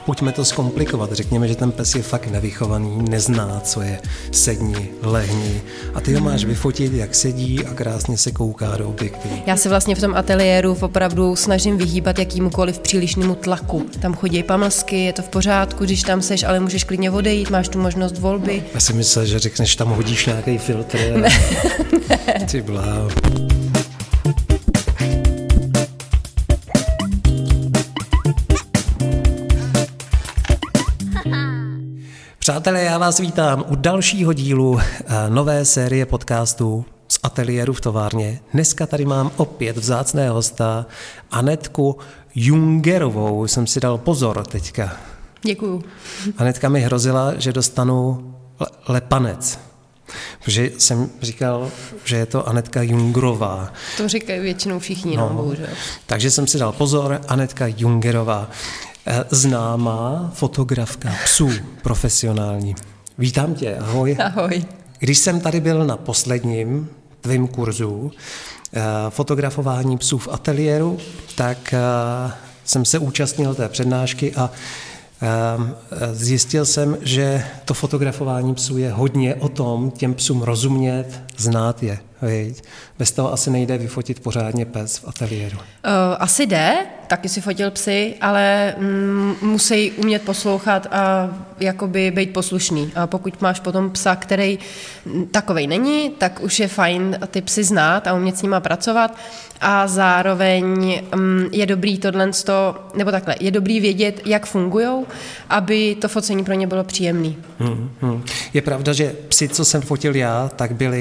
pojďme to zkomplikovat. Řekněme, že ten pes je fakt nevychovaný, nezná, co je sedni, lehni a ty ho máš vyfotit, jak sedí a krásně se kouká do objektivu. Já se vlastně v tom ateliéru opravdu snažím vyhýbat jakýmukoliv přílišnému tlaku. Tam chodí pamlsky, je to v pořádku, když tam seš, ale můžeš klidně odejít, máš tu možnost volby. Já si myslel, že řekneš, tam hodíš nějaký filtr. Ne. Ty bláho. Přátelé, já vás vítám u dalšího dílu nové série podcastů z ateliéru v továrně. Dneska tady mám opět vzácného hosta Anetku Jungerovou. Jsem si dal pozor teďka. Děkuju. Anetka mi hrozila, že dostanu lepanec. Protože jsem říkal, že je to Anetka Jungerová. To říkají většinou všichni, no bohužel. Takže jsem si dal pozor, Anetka Jungerová. Známá fotografka psů, profesionální. Vítám tě, ahoj. Ahoj. Když jsem tady byl na posledním tvým kurzu fotografování psů v ateliéru, tak jsem se účastnil té přednášky a zjistil jsem, že to fotografování psů je hodně o tom těm psům rozumět, znát je. Veď? Bez toho asi nejde vyfotit pořádně pes v ateliéru. Asi jde, taky si fotil psy, ale musí umět poslouchat a jakoby být poslušný. A pokud máš potom psa, který takovej není, tak už je fajn ty psy znát a umět s nima pracovat. A zároveň je dobrý nebo takhle, je dobrý vědět, jak fungujou, aby to focení pro ně bylo příjemný. Je pravda, že psi, co jsem fotil já,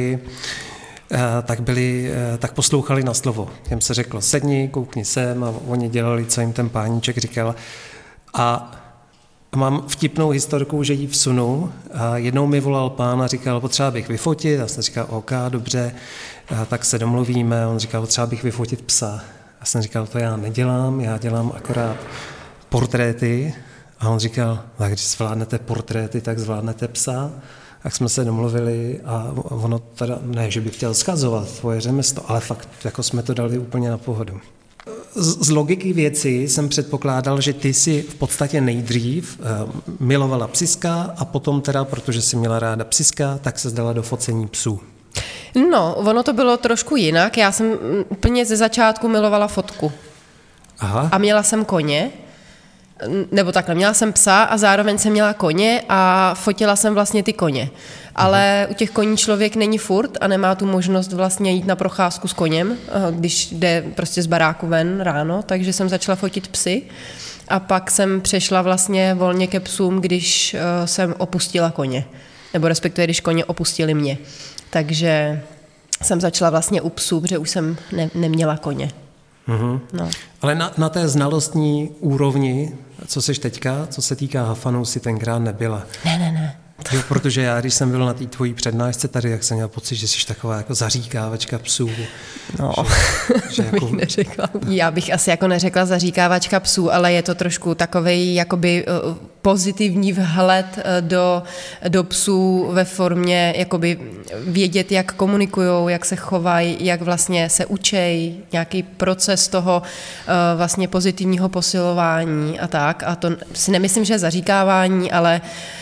tak poslouchali na slovo. Těm se řeklo, sedni, koukni sem a oni dělali, co jim ten páníček říkal. A mám vtipnou historku, že jí vsunu. A jednou mi volal pán a říkal, potřeba bych vyfotit. Já jsem říkal, OK, dobře, tak se domluvíme. On říkal, potřeba bych vyfotit psa. Já jsem říkal, to já nedělám, já dělám akorát portréty. A on říkal, tak když zvládnete portréty, tak zvládnete psa. Tak jsme se domluvili a ono teda, ne, že bych chtěl zkazovat tvoje řemeslo, ale fakt, jako jsme to dali úplně na pohodu. Z logiky věci jsem předpokládal, že ty si v podstatě nejdřív milovala psiska a potom teda, protože si měla ráda psiska, tak se zdala do focení psů. No, ono to bylo trošku jinak. Já jsem úplně ze začátku milovala fotku. Aha. A měla jsem koně. Nebo takhle, měla jsem psa a zároveň jsem měla koně a fotila jsem vlastně ty koně. Ale u těch koní člověk není furt a nemá tu možnost vlastně jít na procházku s koněm, když jde prostě z baráku ven ráno, takže jsem začala fotit psy a pak jsem přešla vlastně volně ke psům, když jsem opustila koně. Nebo respektive, když koně opustili mě. Takže jsem začala vlastně u psů, protože už jsem neměla koně. No. Ale na té znalostní úrovni, co seš teďka, co se týká hafanů, si tenkrát nebyla. Ne. Jo, protože já, když jsem byl na té tvojí přednášce tady, tak jsem měl pocit, že jsi taková jako zaříkávačka psů. No, že jako... bych neřekla. Já bych asi jako neřekla zaříkávačka psů, ale je to trošku takovej jakoby pozitivní vhled do psů ve formě jakoby vědět, jak komunikujou, jak se chovají, jak vlastně se učej, nějaký proces toho vlastně pozitivního posilování a tak. A to si nemyslím, že je zaříkávání, ale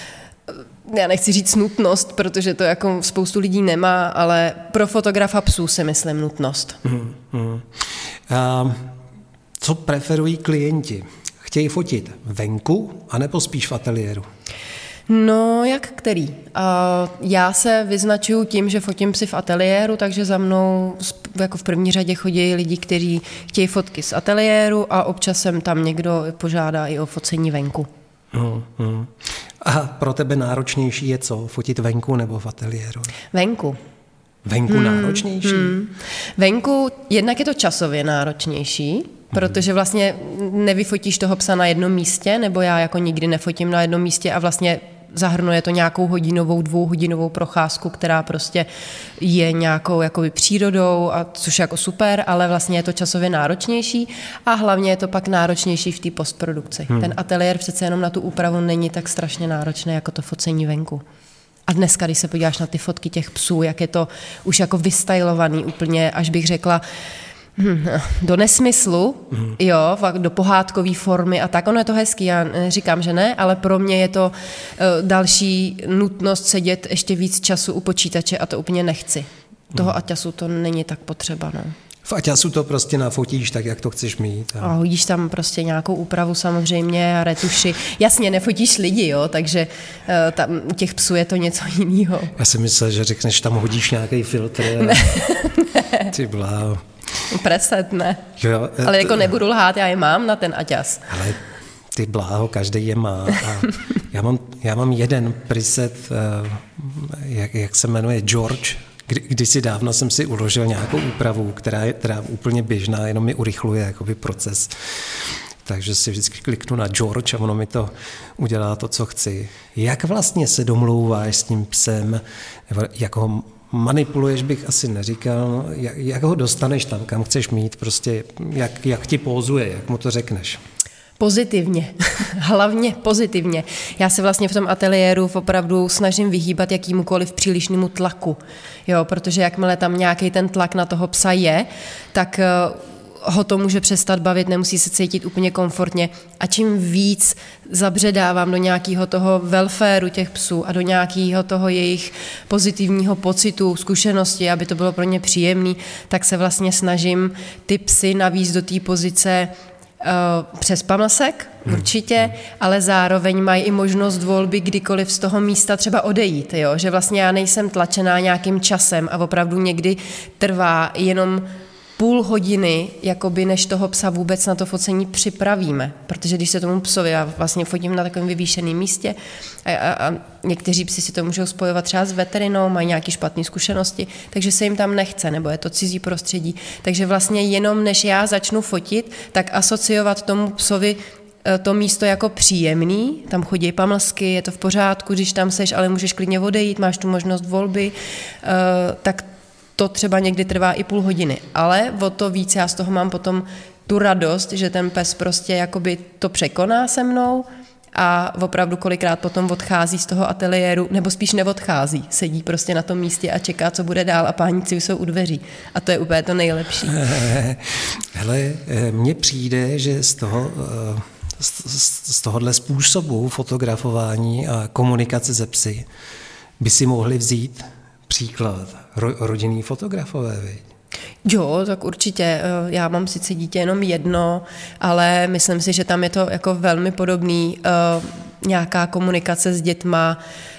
já nechci říct nutnost, protože to jako spoustu lidí nemá, ale pro fotografa psů si myslím nutnost. Co preferují klienti? Chtějí fotit venku, anebo spíš v ateliéru? No, jak který? Já se vyznačuju tím, že fotím psy v ateliéru, takže za mnou jako v první řadě chodí lidi, kteří chtějí fotky z ateliéru a občas sem tam někdo požádá i o focení venku. A pro tebe náročnější je co? Fotit venku nebo v ateliéru? Venku. Venku náročnější? Venku jednak je to časově náročnější, protože vlastně nevyfotíš toho psa na jednom místě, nebo já jako nikdy nefotím na jednom místě a vlastně zahrnuje to nějakou hodinovou, 2hodinovou procházku, která prostě je nějakou jakoby přírodou, a což je jako super, ale vlastně je to časově náročnější a hlavně je to pak náročnější v té postprodukci. Ten ateliér přece jenom na tu úpravu není tak strašně náročný jako to focení venku. A dneska, když se podíváš na ty fotky těch psů, jak je to už jako vystylovaný úplně, až bych řekla, Do nesmyslu, jo, fakt do pohádkové formy a tak. Ono je to hezký, já říkám, že ne, ale pro mě je to další nutnost sedět ještě víc času u počítače a to úplně nechci. Toho Aťasu to není tak potřeba, no. V Aťasu to prostě nafotíš tak, jak to chceš mít. A hodíš tam prostě nějakou úpravu samozřejmě a retuši. Jasně, nefotíš lidi, jo, takže tam u těch psů je to něco jiného. Já si myslel, že řekneš, tam hodíš nějaký filtr. Ne. Ty bláho. Preset, ne. Jo, ale jako nebudu lhát, já je mám na ten Aťas. Ale ty bláho, každý je má. A já mám jeden preset, jak se jmenuje, George. Kdysi dávno jsem si uložil nějakou úpravu, která je úplně běžná, jenom mi urychluje jakoby proces. Takže si vždycky kliknu na George a ono mi to udělá to, co chci. Jak vlastně se domlouváš s tím psem, jak ho manipuluješ, bych asi neříkal, jak ho dostaneš tam, kam chceš mít, prostě jak ti pózuje, jak mu to řekneš? Pozitivně, hlavně pozitivně. Já se vlastně v tom ateliéru opravdu snažím vyhýbat jakýmukoliv přílišnému tlaku, jo, protože jakmile tam nějaký ten tlak na toho psa je, tak ho to může přestat bavit, nemusí se cítit úplně komfortně a čím víc zabředávám do nějakého toho welfareu těch psů a do nějakého toho jejich pozitivního pocitu, zkušenosti, aby to bylo pro ně příjemný, tak se vlastně snažím ty psy navíc do té pozice přes pamlsek, určitě, ale zároveň mají i možnost volby kdykoliv z toho místa třeba odejít, jo? Že vlastně já nejsem tlačená nějakým časem a opravdu někdy trvá jenom půl hodiny, jakoby než toho psa vůbec na to focení připravíme, protože když se tomu psovi, já vlastně fotím na takovém vyvýšeném místě a někteří psi si to můžou spojovat třeba s veterinou, mají nějaké špatné zkušenosti, takže se jim tam nechce, nebo je to cizí prostředí, takže vlastně jenom než já začnu fotit, tak asociovat tomu psovi to místo jako příjemný, tam chodí pamlsky, je to v pořádku, když tam seš, ale můžeš klidně odejít, máš tu možnost volby, tak to třeba někdy trvá i půl hodiny, ale o to víc já z toho mám potom tu radost, že ten pes prostě jakoby to překoná se mnou a opravdu kolikrát potom odchází z toho ateliéru, nebo spíš neodchází, sedí prostě na tom místě a čeká, co bude dál a páníci už jsou u dveří. A to je úplně to nejlepší. Hele, mně přijde, že z tohohle způsobu fotografování a komunikace se psy by si mohli vzít příklad rodinný fotografové, viď? Jo, tak určitě. Já mám sice dítě jenom jedno, ale myslím si, že tam je to jako velmi podobný. Nějaká komunikace s dětma,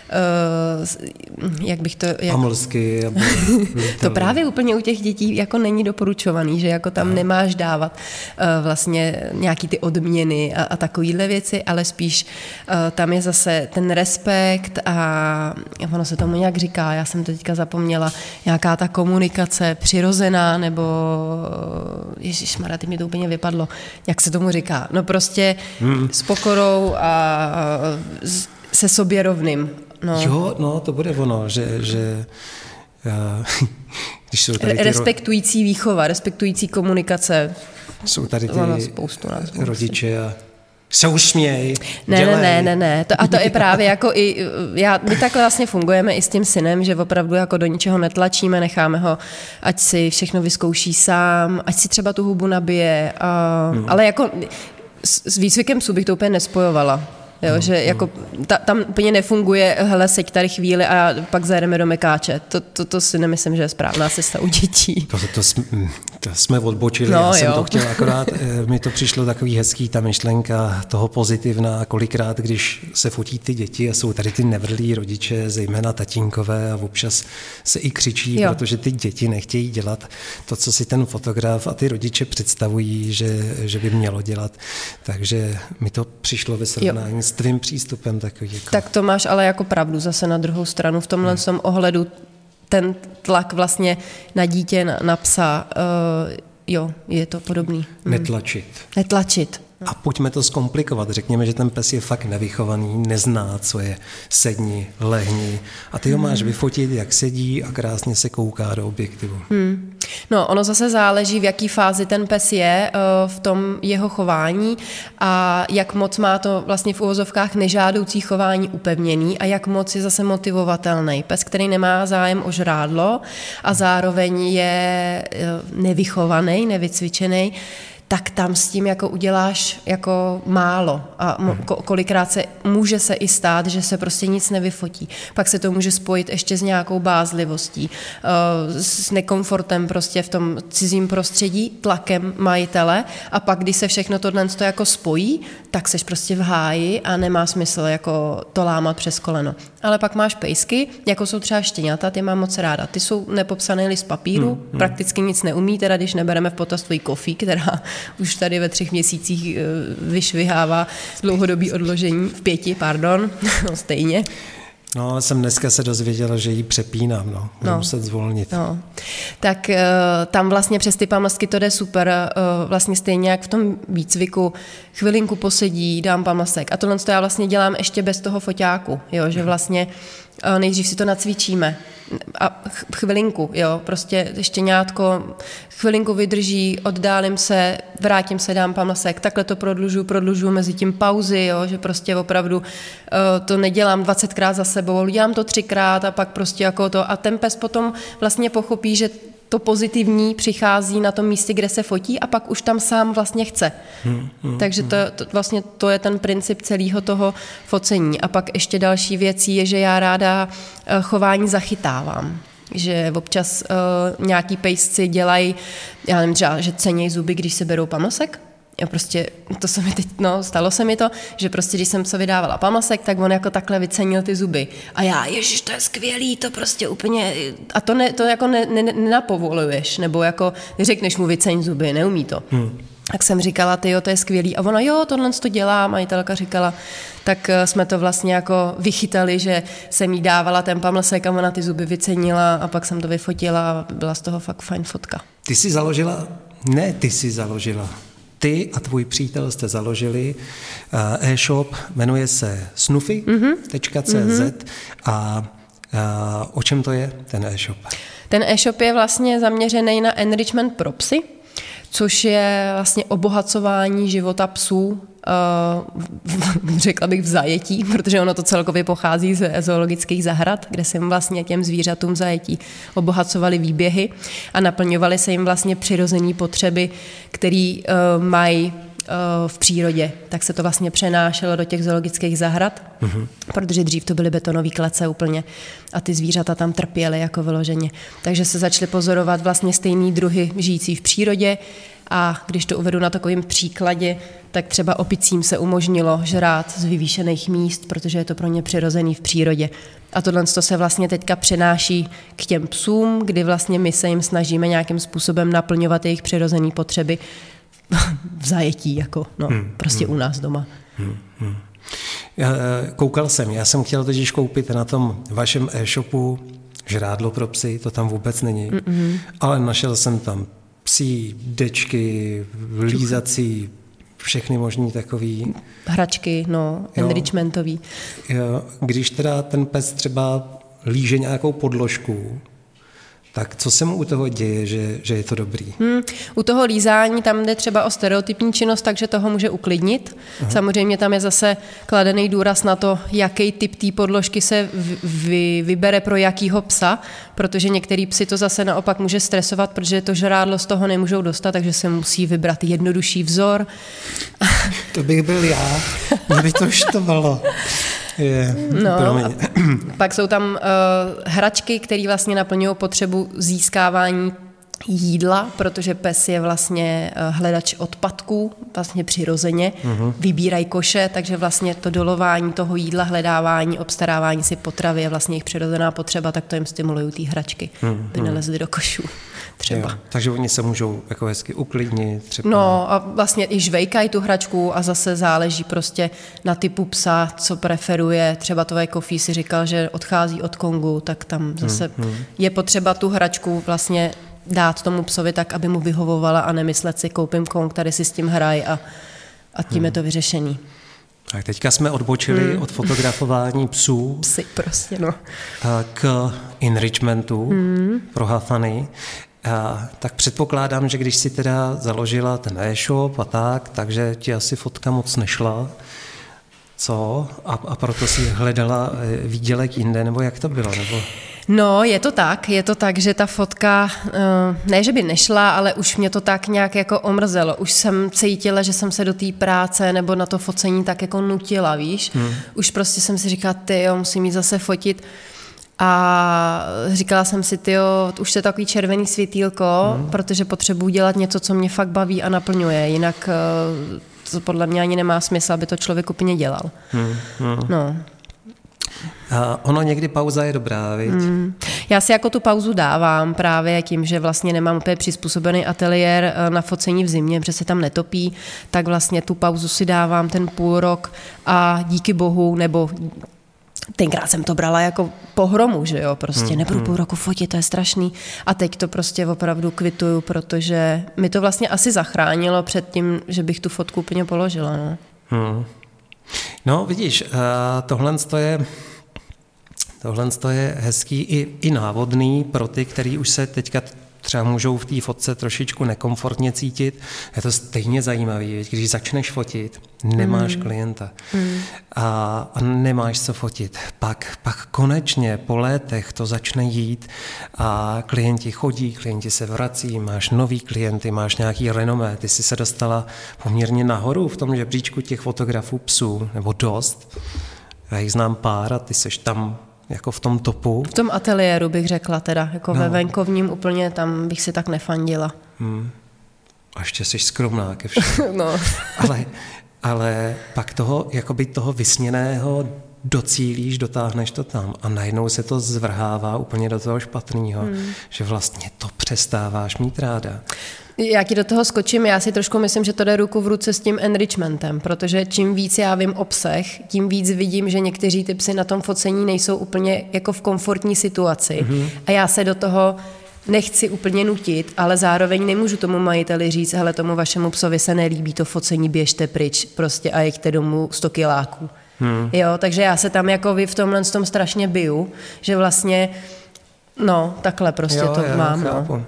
jak bych to... Pamlsky. To právě úplně u těch dětí jako není doporučovaný, že jako tam nemáš dávat vlastně nějaký ty odměny a takovýhle věci, ale spíš tam je zase ten respekt a ono se tomu nějak říká, já jsem to teďka zapomněla, nějaká ta komunikace přirozená, nebo ježišmarja, teď mi to úplně vypadlo, jak se tomu říká, no prostě s pokorou a se sobě rovným. No. Jo, no, to bude ono, že když jsou tady respektující výchova, respektující komunikace. Jsou tady ty spoustu. rodiče a se usměj, Ne. A to je právě jako my takhle vlastně fungujeme i s tím synem, že opravdu jako do ničeho netlačíme, necháme ho, ať si všechno vyzkouší sám, ať si třeba tu hubu nabije, ale jako s výcvikem psů bych to úplně nespojovala. Jo, že jako tam úplně nefunguje, hele, seď tady chvíli a pak zajedeme do mekáče. To si nemyslím, že je správná cesta u dětí. To jsme odbočili, no, já jsem to chtěl, akorát mi to přišlo takový hezký, ta myšlenka toho pozitivná, kolikrát, když se fotí ty děti a jsou tady ty nevrlí rodiče, zejména tatínkové a občas se i křičí, protože ty děti nechtějí dělat to, co si ten fotograf a ty rodiče představují, že by mělo dělat. Takže mi to přišlo ve srovnání s tvým přístupem takový. Jako... Tak to máš ale jako pravdu zase na druhou stranu v tomhle ohledu ten tlak vlastně na dítě, na psa, jo, je to podobný. Netlačit. Netlačit. A pojďme to zkomplikovat. Řekněme, že ten pes je fakt nevychovaný, nezná, co je sedni, lehni. A ty ho máš vyfotit, jak sedí a krásně se kouká do objektivu. No, ono zase záleží, v jaký fázi ten pes je v tom jeho chování a jak moc má to vlastně v uvozovkách nežádoucí chování upevněný a jak moc je zase motivovatelný. Pes, který nemá zájem o žrádlo a zároveň je nevychovaný, nevycvičený, tak tam s tím jako uděláš jako málo a kolikrát může se i stát, že se prostě nic nevyfotí. Pak se to může spojit ještě s nějakou bázlivostí, s nekomfortem prostě v tom cizím prostředí, tlakem majitele a pak, když se všechno tohle jako spojí, tak seš prostě v háji a nemá smysl jako to lámat přes koleno. Ale pak máš pejsky, jako jsou třeba štěňata, ty mám moc ráda. Ty jsou nepopsaný list papíru, prakticky nic neumí, teda když nebereme v potaz tvojí Kofí, která už tady ve 3 měsících vyšvihává dlouhodobý odložení, v 5, pardon, no stejně. No, jsem dneska se dozvěděla, že ji přepínám, budu muset zvolnit. No. Tak tam vlastně přes ty pamlsky to jde super, vlastně stejně jak v tom výcviku, chvilinku posedí, dám pamlsek a tohle já vlastně dělám ještě bez toho foťáku, jo, že vlastně nejdřív si to nacvičíme a chvilinku, jo, prostě štěňátko, chvilinku vydrží, oddálím se, vrátím se, dám pamlsek, takhle to prodlužuju mezi tím pauzy, jo, že prostě opravdu to nedělám 20krát za sebou, dělám to 3krát a pak prostě jako to a ten pes potom vlastně pochopí, že to pozitivní přichází na tom místě, kde se fotí a pak už tam sám vlastně chce. Takže vlastně to je ten princip celého toho focení. A pak ještě další věcí je, že já ráda chování zachytávám. Že občas nějaký pejsci dělají, já nevím, třeba, že cenějí zuby, když se berou pamlsek. Já prostě, to se mi teď, stalo se mi to, že prostě, když jsem se vydávala pamlsek, tak on jako takhle vycenil ty zuby. A já, ježiš, to je skvělý, to prostě úplně, a to jako nenapovoluješ, nebo jako řekneš mu vyceň zuby, neumí to. Tak jsem říkala, tyjo, to je skvělý. A ona, jo, tohle to dělá, majitelka říkala, tak jsme to vlastně jako vychytali, že jsem jí dávala ten pamlsek a ona ty zuby vycenila a pak jsem to vyfotila a byla z toho fakt fajn fotka. Ty jsi založila. Ty a tvůj přítel jste založili e-shop, jmenuje se snuffy.cz a o čem to je ten e-shop? Ten e-shop je vlastně zaměřený na enrichment pro psy, což je vlastně obohacování života psů, řekla bych v zajetí, protože ono to celkově pochází ze zoologických zahrad, kde se jim vlastně těm zvířatům v zajetí obohacovali výběhy a naplňovaly se jim vlastně přirozené potřeby, které mají v přírodě. Tak se to vlastně přenášelo do těch zoologických zahrad, protože dřív to byly betonové klece úplně a ty zvířata tam trpěly jako vyloženě. Takže se začaly pozorovat vlastně stejný druhy žijící v přírodě a když to uvedu na takovém příkladě, tak třeba opicím se umožnilo žrát z vyvýšených míst, protože je to pro ně přirozený v přírodě. A tohle se vlastně teďka přenáší k těm psům, kdy vlastně my se jim snažíme nějakým způsobem naplňovat jejich přirozené potřeby v zajetí, jako, prostě u nás doma. Koukal jsem, já jsem chtěl totiž koupit na tom vašem e-shopu žrádlo pro psy, to tam vůbec není, ale našel jsem tam psí, dečky, lízací, všechny možný takový. Hračky, enrichmentový. Když teda ten pes třeba líže nějakou podložku, tak co se mu u toho děje, že je to dobrý? U toho lízání tam jde třeba o stereotypní činnost, takže toho může uklidnit. Aha. Samozřejmě tam je zase kladený důraz na to, jaký typ té podložky se vybere pro jakýho psa, protože některý psy to zase naopak může stresovat, protože to žrádlo z toho nemůžou dostat, takže se musí vybrat jednodušší vzor. To bych byl já, mě by to štovalo. Pak jsou tam hračky, které vlastně naplňují potřebu získávání jídla, protože pes je vlastně hledač odpadků, vlastně přirozeně. Vybírají koše, takže vlastně to dolování toho jídla, hledávání, obstarávání si potravy je vlastně jejich přirozená potřeba, tak to jim stimulují ty hračky, aby nelezli do košů. Třeba. Jo, takže oni se můžou jako hezky uklidnit. Třeba. No a vlastně i žvejkají tu hračku a zase záleží prostě na typu psa, co preferuje. Třeba tvoje Kofí si říkal, že odchází od Kongu, tak tam zase je potřeba tu hračku vlastně dát tomu psovi tak, aby mu vyhovovala a nemyslet si, koupím Kong, tady si s tím hraj a tím je to vyřešený. Tak teďka jsme odbočili od fotografování psů Psy prostě, no. K enrichmentu pro Hafany. Tak předpokládám, že když si teda založila ten e-shop a tak, takže ti asi fotka moc nešla. Co? A proto si hledala výdělek jinde, nebo jak to bylo? Nebo... No, je to tak, že ta fotka, ne, že by nešla, ale už mě to tak nějak jako omrzelo. Už jsem cítila, že jsem se do té práce nebo na to focení tak jako nutila, víš. Už prostě jsem si říkala, tyjo, musím jít zase fotit. A říkala jsem si, tyjo, už to je takový červený světýlko, protože potřebuji dělat něco, co mě fakt baví a naplňuje. Jinak to podle mě ani nemá smysl, aby to člověk úplně dělal. No. A ono někdy pauza je dobrá, viď? Já si jako tu pauzu dávám právě tím, že vlastně nemám úplně přizpůsobený ateliér na focení v zimě, protože se tam netopí, tak vlastně tu pauzu si dávám ten půl rok a díky bohu, nebo tenkrát jsem to brala jako pohromu, že jo, prostě nebudu půl roku fotit, to je strašný. A teď to prostě opravdu kvituju, protože mi to vlastně asi zachránilo před tím, že bych tu fotku úplně položila, no. No, vidíš, tohle je hezký i návodný pro ty, který už se teďka třeba můžou v té fotce trošičku nekomfortně cítit. Je to stejně zajímavý, když začneš fotit, nemáš klienta a nemáš co fotit. Pak konečně po létech to začne jít a klienti chodí, klienti se vrací, máš nový klienty, máš nějaký renomé. Ty jsi se dostala poměrně nahoru v tom žebříčku těch fotografů psů, nebo dost. Já jich znám pár a ty seš tam jako v tom topu. V tom ateliéru bych řekla teda, jako ve venkovním úplně tam bych si tak nefandila. A ještě jsi skromná ke všemu. No. ale pak toho vysněného docílíš, dotáhneš to tam a najednou se to zvrhává úplně do toho špatného, že vlastně to přestáváš mít ráda. Já ti do toho skočím, já si trošku myslím, že to jde ruku v ruce s tím enrichmentem, protože čím víc já vím o psech, tím víc vidím, že někteří ty psy na tom focení nejsou úplně jako v komfortní situaci. A já se do toho nechci úplně nutit, ale zároveň nemůžu tomu majiteli říct, hele, tomu vašemu psovi se nelíbí to focení, běžte pryč prostě a jeďte domů 100 kiláků. Jo, takže já se tam jako vy v tomhle tom strašně biju, že vlastně, no, takhle prostě to mám. No.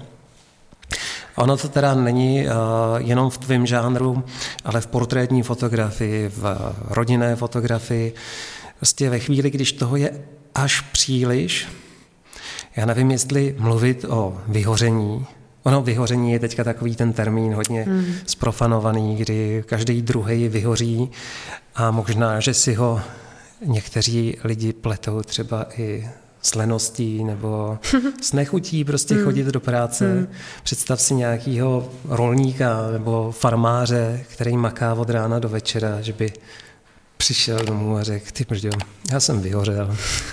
Ono to teda není jenom v tvém žánru, ale v portrétní fotografii, v rodinné fotografii. Prostě ve chvíli, když toho je až příliš, já nevím, jestli mluvit o vyhoření. Ono vyhoření je teďka takový ten termín hodně zprofanovaný, kdy každý druhý vyhoří a možná, že si ho někteří lidi pletou třeba i s leností nebo s nechutí prostě chodit do práce. Představ si nějakého rolníka nebo farmáře, který maká od rána do večera, že by přišel domů a řekl, ty brďo, já jsem vyhořel.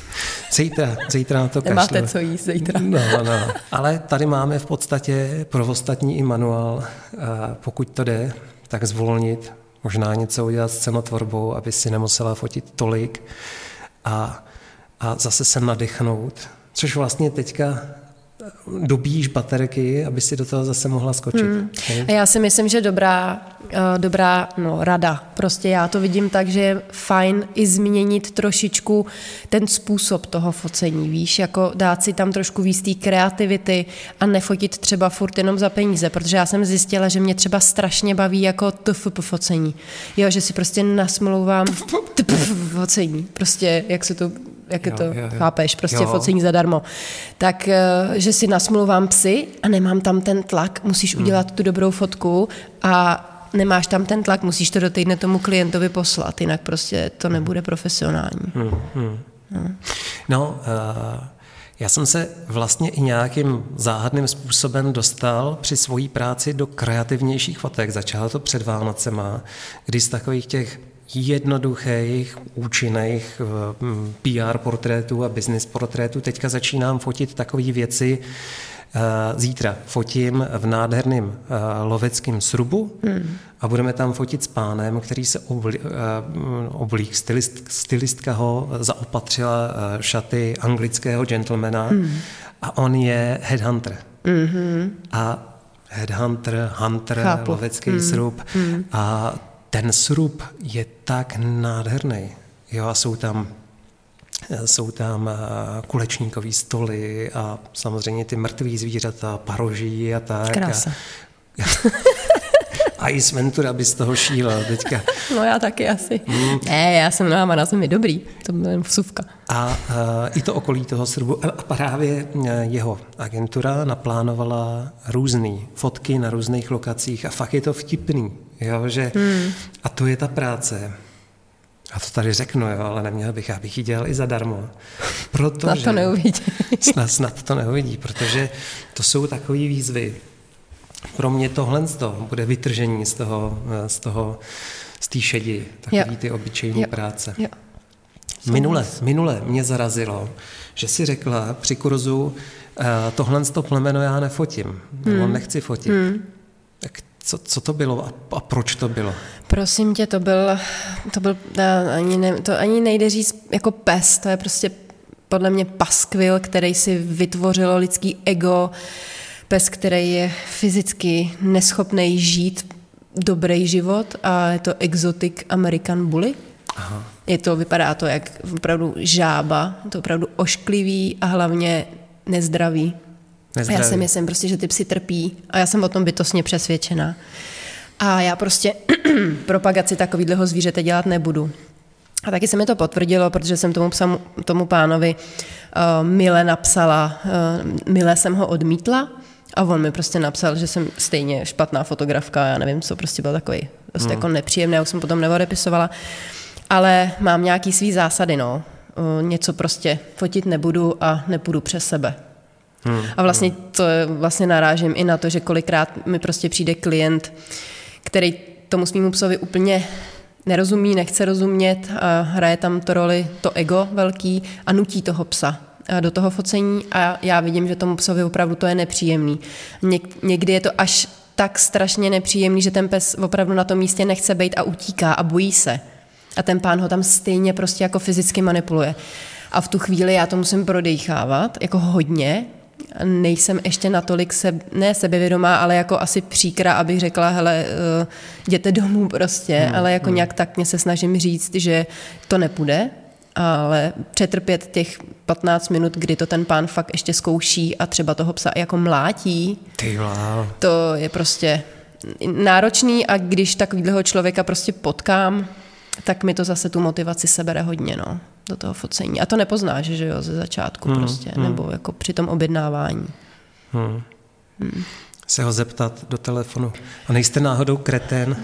Zítra na to kašlu. Nemáte co jíst zítra. No. Ale tady máme v podstatě pro ostatní i manuál. A pokud to jde, tak zvolnit, možná něco udělat s cenotvorbou, aby si nemusela fotit tolik a zase se nadechnout, což vlastně teďka dobíjíš baterky, aby si do toho zase mohla skočit. A já si myslím, že dobrá rada. Prostě já to vidím tak, že je fajn i změnit trošičku ten způsob toho focení, víš, jako dát si tam trošku víc té kreativity a nefotit třeba furt jenom za peníze, protože já jsem zjistila, že mě třeba strašně baví jako focení. Jo, že si prostě nasmlouvám focení, prostě jak je to, chápeš, prostě focení zadarmo. Tak, že si nasmlouvám psy a nemám tam ten tlak, musíš udělat tu dobrou fotku a nemáš tam ten tlak, musíš to do týdne tomu klientovi poslat, jinak prostě to nebude profesionální. Já jsem se vlastně i nějakým záhadným způsobem dostal při svojí práci do kreativnějších fotek. Začalo to před Vánocema, kdy z takových těch jednoduchých, účinných PR portrétů a business portrétů teďka začínám fotit takové věci. Zítra fotím v nádherném loveckém srubu a budeme tam fotit s pánem, který se oblík. Stylistka ho zaopatřila šaty anglického gentlemana a on je headhunter. A headhunter, hunter, lovecký srub a ten srub je tak nádherný. Jo, a jsou tam kulečníkový stoly a samozřejmě ty mrtvý zvířata, paroží a tak. Krása. A i Ventura by z toho šílel teďka. No já taky asi. Ne, já jsem nohama na zemi dobrý. To byla jen vsuvka. A i to okolí toho srubu. A právě jeho agentura naplánovala různé fotky na různých lokacích a fakt je to vtipný. Jo, že, a to je ta práce. A to tady řeknu, jo, ale neměl bych, abych ji dělal i zadarmo. Protože, snad to neuvidí. Snad to neuvidí, protože to jsou takové výzvy. Pro mě tohle bude vytržení z té šedi, takový ty obyčejné práce. Jo. Minule mě zarazilo, že si řekla při kurzu, tohle plemeno já nefotím, nebo nechci fotit. Tak co to bylo a proč to bylo? Prosím tě, to byl to ani nejde říct jako pes, to je prostě podle mě paskvil, který si vytvořilo lidský ego, pes, který je fyzicky neschopný žít dobrý život a je to exotic American Bully. Aha. Vypadá to jak opravdu žába, to opravdu ošklivý a hlavně nezdravý. A já si myslím prostě, že ty psi trpí a já jsem o tom bytostně přesvědčená. A já prostě propagaci takovýhleho zvířete dělat nebudu. A taky se mi to potvrdilo, protože jsem tomu pánovi mile napsala, mile jsem ho odmítla a on mi prostě napsal, že jsem stejně špatná fotografka, já nevím, co prostě byl takový prostě jako nepříjemný, já už jsem potom neodepisovala, ale mám nějaký svý zásady, no. Něco prostě fotit nebudu a nepůjdu přes sebe. A vlastně to vlastně narážím i na to, že kolikrát mi prostě přijde klient, který tomu svýmu psovi úplně nerozumí, nechce rozumět a hraje tam to roli to ego velký a nutí toho psa do toho focení a já vidím, že tomu psovi opravdu to je nepříjemný. Někdy je to až tak strašně nepříjemný, že ten pes opravdu na tom místě nechce být a utíká a bojí se. A ten pán ho tam stejně prostě jako fyzicky manipuluje. A v tu chvíli já to musím prodejchávat, jako hodně. Nejsem ještě natolik ne sebevědomá, ale jako asi příkra, abych řekla, hele, jděte domů prostě, ale jako nějak tak mě se snažím říct, že to nepůjde, ale přetrpět těch 15 minut, kdy to ten pán fakt ještě zkouší a třeba toho psa jako mlátí, to je prostě náročný a když takovýhleho člověka prostě potkám, tak mi to zase tu motivaci sebere hodně, no, do toho focení. A to nepoznáš, že jo, ze začátku prostě, nebo jako při tom objednávání. Se ho zeptat do telefonu. A nejste náhodou kretén?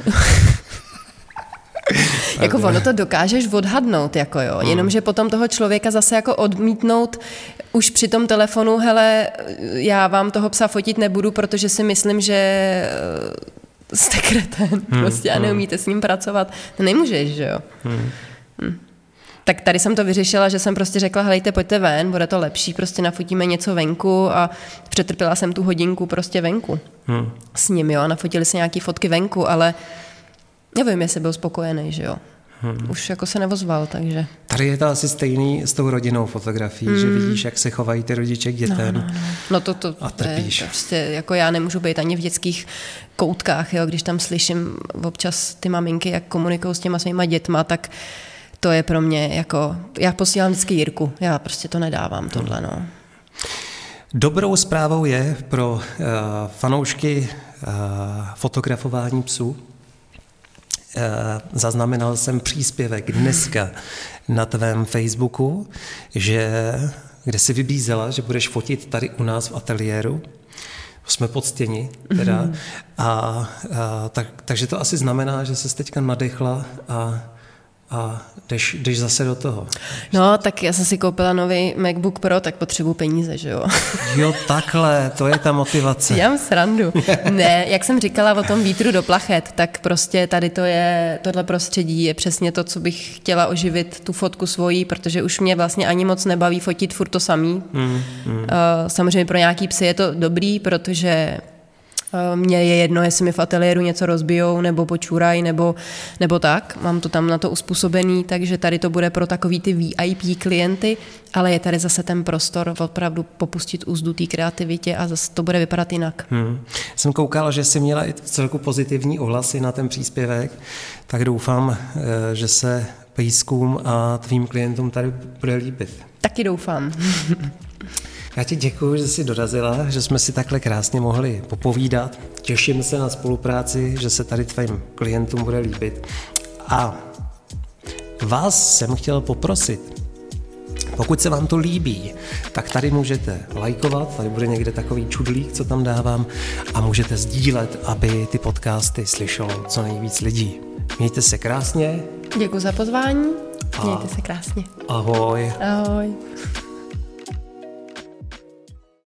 Jako ono to dokážeš odhadnout, jako jo, jenomže potom toho člověka zase jako odmítnout už při tom telefonu, hele, já vám toho psa fotit nebudu, protože si myslím, že jste kretén prostě a neumíte s ním pracovat. To nemůžeš, že jo. Tak tady jsem to vyřešila, že jsem prostě řekla, helejte, pojďte ven, bude to lepší, prostě nafotíme něco venku a přetrpěla jsem tu hodinku prostě venku s ním, jo, a nafotili se nějaký fotky venku, ale nevím, jestli byl spokojený, že jo. Už jako se nevozval, takže. Tady je to asi stejný s tou rodinnou fotografií, že vidíš, jak se chovají ty rodiče k dětem. No to a trpíš. To prostě, jako já nemůžu být ani v dětských koutkách, jo, když tam slyším občas ty maminky, jak komunikují s těma svýma dětma, tak to je pro mě jako, já posílám vždycky Jirku, já prostě to nedávám, tohle, no. Dobrou zprávou je pro fanoušky fotografování psů. Zaznamenal jsem příspěvek dneska na tvém Facebooku, kde jsi vybízela, že budeš fotit tady u nás v ateliéru. Jsme poctěni teda. Takže to asi znamená, že jsi teďka nadechla a jdeš zase do toho. No, tak já jsem si koupila nový MacBook Pro, tak potřebuji peníze, že jo? Jo, takhle, to je ta motivace. Já mám srandu. Ne, jak jsem říkala o tom vítru do plachet, tak prostě tady tohle prostředí je přesně to, co bych chtěla oživit tu fotku svojí, protože už mě vlastně ani moc nebaví fotit furt to samý. Samozřejmě pro nějaký psy je to dobrý, protože Mně je jedno, jestli mi v ateliéru něco rozbijou, nebo počůraj, nebo tak. Mám to tam na to uspůsobený, takže tady to bude pro takový ty VIP klienty, ale je tady zase ten prostor opravdu popustit úzdu té kreativitě a zase to bude vypadat jinak. Jsem koukal, že jsi měla i celku pozitivní ohlasy na ten příspěvek, tak doufám, že se pejskům a tvým klientům tady bude líbit. Taky doufám. Já ti děkuji, že jsi dorazila, že jsme si takhle krásně mohli popovídat. Těším se na spolupráci, že se tady tvým klientům bude líbit. A vás jsem chtěl poprosit, pokud se vám to líbí, tak tady můžete lajkovat, tady bude někde takový čudlík, co tam dávám, a můžete sdílet, aby ty podcasty slyšelo co nejvíc lidí. Mějte se krásně. Děkuji za pozvání. Mějte se krásně. Ahoj. Ahoj.